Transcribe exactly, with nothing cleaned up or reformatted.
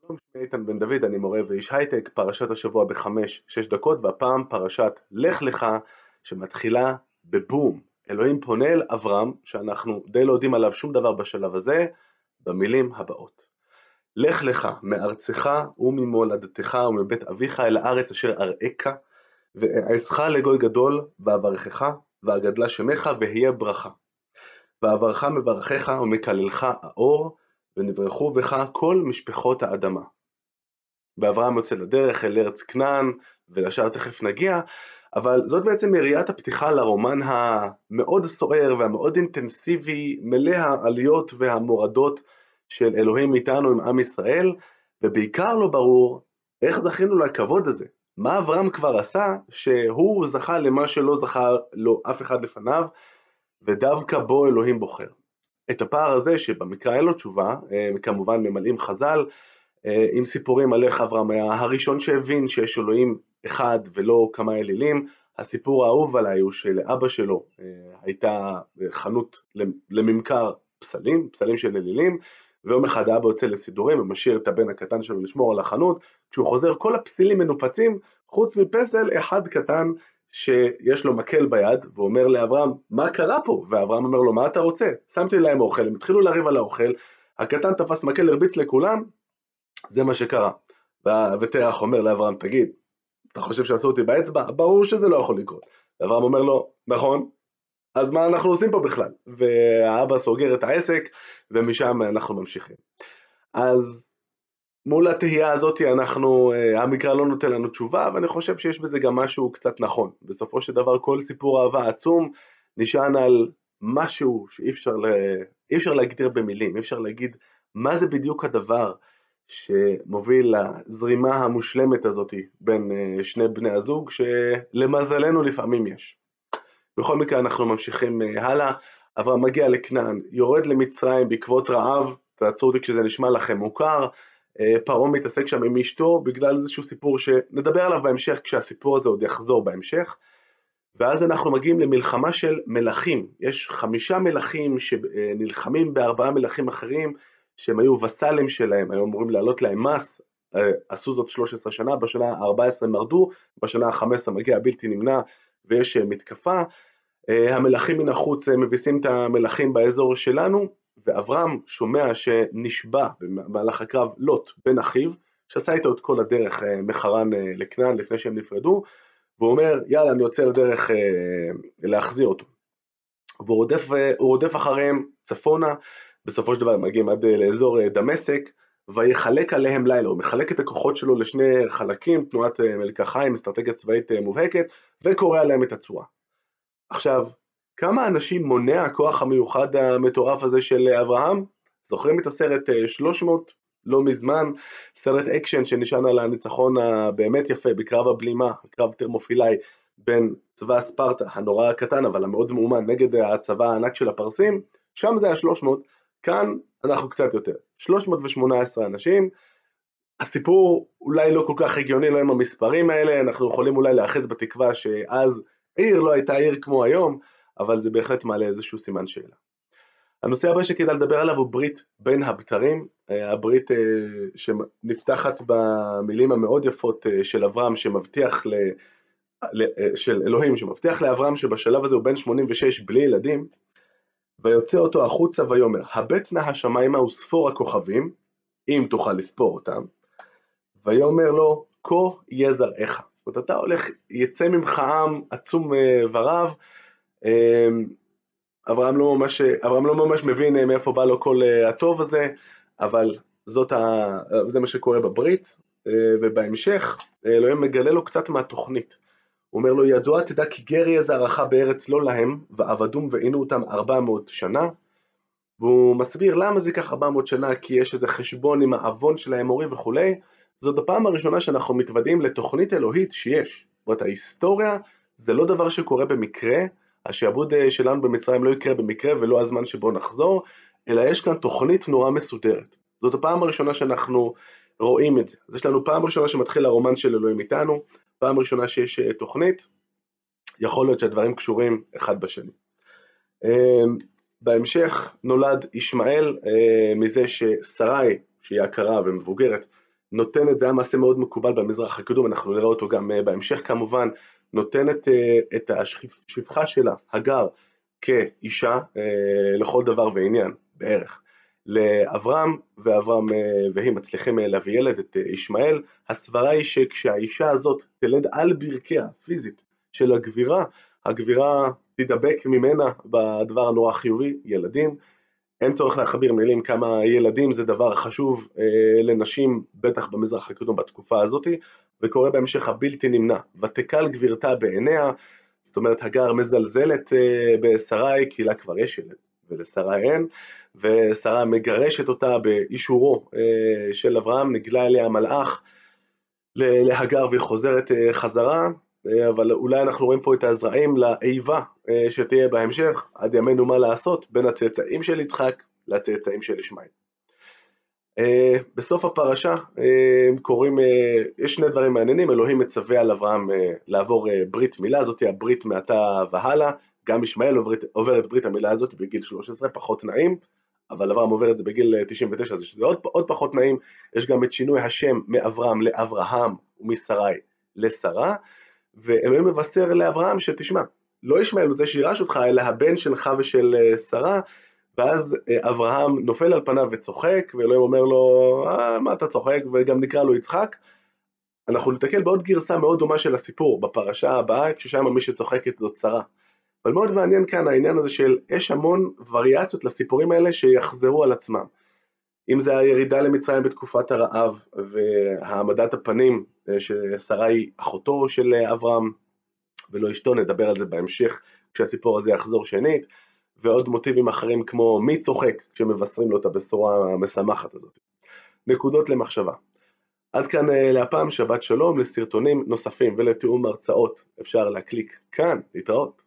שלום, שמי איתן בן דוד, אני מורה ואיש הייטק, פרשת השבוע בחמש, שש דקות, והפעם פרשת לך לך, שמתחילה בבום. אלוהים פונה אל אברהם, שאנחנו די לא יודעים עליו שום דבר בשלב הזה, במילים הבאות. לך לך מארצך וממולדתך ומבית אביך אל הארץ אשר אראך, ואעשך לגוי גדול, ואברכך, ואגדלה שמך, והיה ברכה. ואברך מברכך ומקללך האור, ונברכו בך כל משפחות האדמה. ואברהם יוצא לדרך אל ארץ כנען, ולשאר תכף נגיע, אבל זאת בעצם יריית הפתיחה לרומן המאוד סוער והמאוד אינטנסיבי, מלא העליות והמורדות של אלוהים איתנו עם עם ישראל, ובעיקר לא ברור איך זכינו לכבוד הזה. מה אברהם כבר עשה שהוא זכה למה שלא זכה לו אף אחד לפניו, ודווקא בו אלוהים בוחר. את הפער הזה שבמקרא אין לו תשובה, כמובן ממלאים חז"ל, עם סיפורים על איך אברהם היה הראשון שהבין שיש אלוהים אחד ולא כמה אלילים. הסיפור האהוב עליי הוא שלאבא שלו הייתה חנות לממכר פסלים, פסלים של אלילים, ויום אחד האבא יוצא לסידורים ומשאיר את הבן הקטן שלו לשמור על החנות. כשהוא חוזר כל הפסילים מנופצים חוץ מפסל אחד קטן שיש לו מקל ביד, והוא אומר לאברהם, מה קרה פה? ואברהם אומר לו, מה אתה רוצה? שמתי להם אוכל, הם התחילו לריב על האוכל, הקטן תפס מקל, הרביץ לכולם, זה מה שקרה. ותרח אומר לאברהם, תגיד, אתה חושב שעשו אותי באצבע? ברור שזה לא יכול לקרות. ואברהם אומר לו, נכון, אז מה אנחנו עושים פה בכלל? והאבא סוגר את העסק, ומשם אנחנו ממשיכים. אז מול התהייה הזאת אנחנו, המקרא לא נותן לנו תשובה, ואני חושב שיש בזה גם משהו קצת נכון. בסופו של דבר כל סיפור אהבה עצום נשען על משהו שאי אפשר, אי אפשר להגדיר במילים, אי אפשר להגיד מה זה בדיוק הדבר שמוביל לזרימה המושלמת הזאת בין שני בני הזוג, שלמזלנו לפעמים יש. בכל מקרה אנחנו ממשיכים הלאה. אברהם מגיע לכנען, יורד למצרים בעקבות רעב, תעצרו אותי כשזה נשמע לכם מוכר, פרעה מתעסק שם עם אשתו בגלל איזשהו סיפור שנדבר עליו בהמשך, כשהסיפור הזה עוד יחזור בהמשך. ואז אנחנו מגיעים למלחמה של מלכים. יש חמישה מלכים שנלחמים בארבעה מלכים אחרים שהם היו וסלים שלהם, היו אמורים לעלות להם מס, עשו זאת שלוש עשרה שנה, בשנה ה-ארבע עשרה מרדו, בשנה ה-חמש עשרה מגיע בלתי נמנע ויש מתקפה. המלכים מן החוץ מביסים את המלכים באזור שלנו, ואברהם שומע שנשבע במהלך הקרב לוט בן אחיו, שעשה איתו את כל הדרך מחרן לכנען לפני שהם נפרדו, והוא אומר יאללה אני יוצא לדרך להחזיר אותו. והוא רודף, הוא רודף אחריהם צפונה, בסופו של דבר הם מגיעים עד לאזור דמשק, ויחלק עליהם לילה, הוא מחלק את הכוחות שלו לשני חלקים, תנועת מלקחיים, אסטרטגיה צבאית מובהקת, וקורא עליהם את הצורה. עכשיו, כמה אנשים מונע הכוח המיוחד המטורף הזה של אברהם? זוכרים את הסרט שלוש מאות? לא מזמן, סרט אקשן שנשען על הניצחון הבאמת יפה בקרב הבלימה, קרב טרמופילאי בין צבא ספרטה, הנורא הקטן אבל המאוד מאומן, נגד הצבא הענק של הפרסים. שם זה היה שלוש מאות, כאן אנחנו קצת יותר, שלוש מאות ושמונה עשרה אנשים. הסיפור אולי לא כל כך הגיוני, לא עם המספרים האלה, אנחנו יכולים אולי לאחז בתקווה שאז עיר לא הייתה עיר כמו היום, אבל זה בהחלט מעלה איזשהו סימן שאלה. הנושא הבא שכדאי לדבר עליו הוא ברית בין הבתרים, הברית שנפתחת במילים המאוד יפות של אברהם שמבטיח ל... של אלוהים שמבטיח לאברהם שבשלב הזה הוא בן שמונים ושש בלי ילדים, ויוצא אותו החוצה ויאמר, הבט נא השמיימה וספור הכוכבים, אם תוכל לספור אותם, ויאמר לו, כה יהיה זרעך. זאת אומרת, אתה הולך, יצא ממך עם עצום ורב. אברהם לא ממש, אברהם לא ממש מבין מאיפה בא לו כל הטוב הזה, אבל זאת ה, זה מה שקורה בברית, ובהמשך אלוהים מגלה לו קצת מהתוכנית. הוא אומר לו, ידוע תדע כי גר יהיה זרעך בארץ לא להם, ועבדום ועינו אותם ארבע מאות שנה, והוא מסביר למה זה כך ארבע מאות שנה, כי יש איזה חשבון עם העוון של האמורי וכולי. זאת הפעם הראשונה שאנחנו מתוודעים לתוכנית אלוהית שיש. זאת אומרת, ההיסטוריה זה לא דבר שקורה במקרה, השעבוד שלנו במצרים לא יקרה במקרה ולא הזמן שבו נחזור, אלא יש כאן תוכנית נורא מסודרת. זאת הפעם הראשונה שאנחנו רואים את זה. אז יש לנו פעם ראשונה שמתחיל הרומן של אלוהים איתנו, פעם ראשונה שיש תוכנית, יכול להיות שהדברים קשורים אחד בשני. בהמשך נולד ישמעאל מזה ששרי, שהיא הכרה ומבוגרת, נותנת, זה היה מעשה מאוד מקובל במזרח הקדום, אנחנו נראה אותו גם בהמשך כמובן, נותנת את השפחה שלה, הגר, כאישה לכל דבר ועניין בערך. לאברהם, ואברהם והיא מצליחים להביא ילד, את ישמעאל. הסברה היא שכשהאישה הזאת תלד על ברכיה פיזית של הגבירה, הגבירה תדבק ממנה בדבר הנורא חיובי, ילדים. אין צורך להכביר מילים כמה ילדים זה דבר חשוב אה, לנשים, בטח במזרח הקדום בתקופה הזאת, וקורה בהמשך הבלתי נמנע, ותקל גבירתה בעיניה, זאת אומרת הגר מזלזלת אה, בשרי, כי לה כבר יש ילד, ולשרי אין, ושרה מגרשת אותה באישורו אה, של אברהם, נגלה אליה המלאך להגר והיא חוזרת אה, חזרה, אבל אולי אנחנו רואים פה את הזרעים לאיבה שתהיה בהמשך, עד ימינו מה לעשות, בין הצאצאים של יצחק לצאצאים של ישמעאל. בסוף הפרשה קוראים, יש שני דברים מעניינים, אלוהים מצווה על אברהם לעבור ברית מילה, זאת היא הברית מעתה והלאה, גם ישמעאל עובר, עובר את ברית המילה הזאת בגיל שלוש עשרה, פחות נעים, אבל אברהם עובר את זה בגיל תשעים ותשע, אז זה עוד, עוד פחות נעים. יש גם את שינוי השם מאברהם לאברהם ומשרי לשרה, ואלוהים מבשר לאברהם שתשמע, לא ישמעאל זה שירש אותך, אלא הבן שלך ושל שרה, ואז אברהם נופל על פניו וצוחק, ואלוהים אומר לו, אה, מה אתה צוחק? וגם נקרא לו יצחק. אנחנו נתקל בעוד גרסה מאוד דומה של הסיפור, בפרשה הבאה, כששם מי שצוחקת זאת שרה. אבל מאוד מעניין כאן העניין הזה של, יש המון וריאציות לסיפורים האלה שיחזרו על עצמם. אם זה הירידה למצרים בתקופת הרעב, והעמדת הפנים ששרה היא אחותו של אברהם, ולא אשתו, נדבר על זה בהמשך, כשהסיפור הזה יחזור שנית, ועוד מוטיבים אחרים כמו מי צוחק, כשמבשרים לו את הבשורה המשמחת הזאת. נקודות למחשבה. עד כאן להפעם, שבת שלום. לסרטונים נוספים ולתיאום הרצאות אפשר להקליק כאן, להתראות.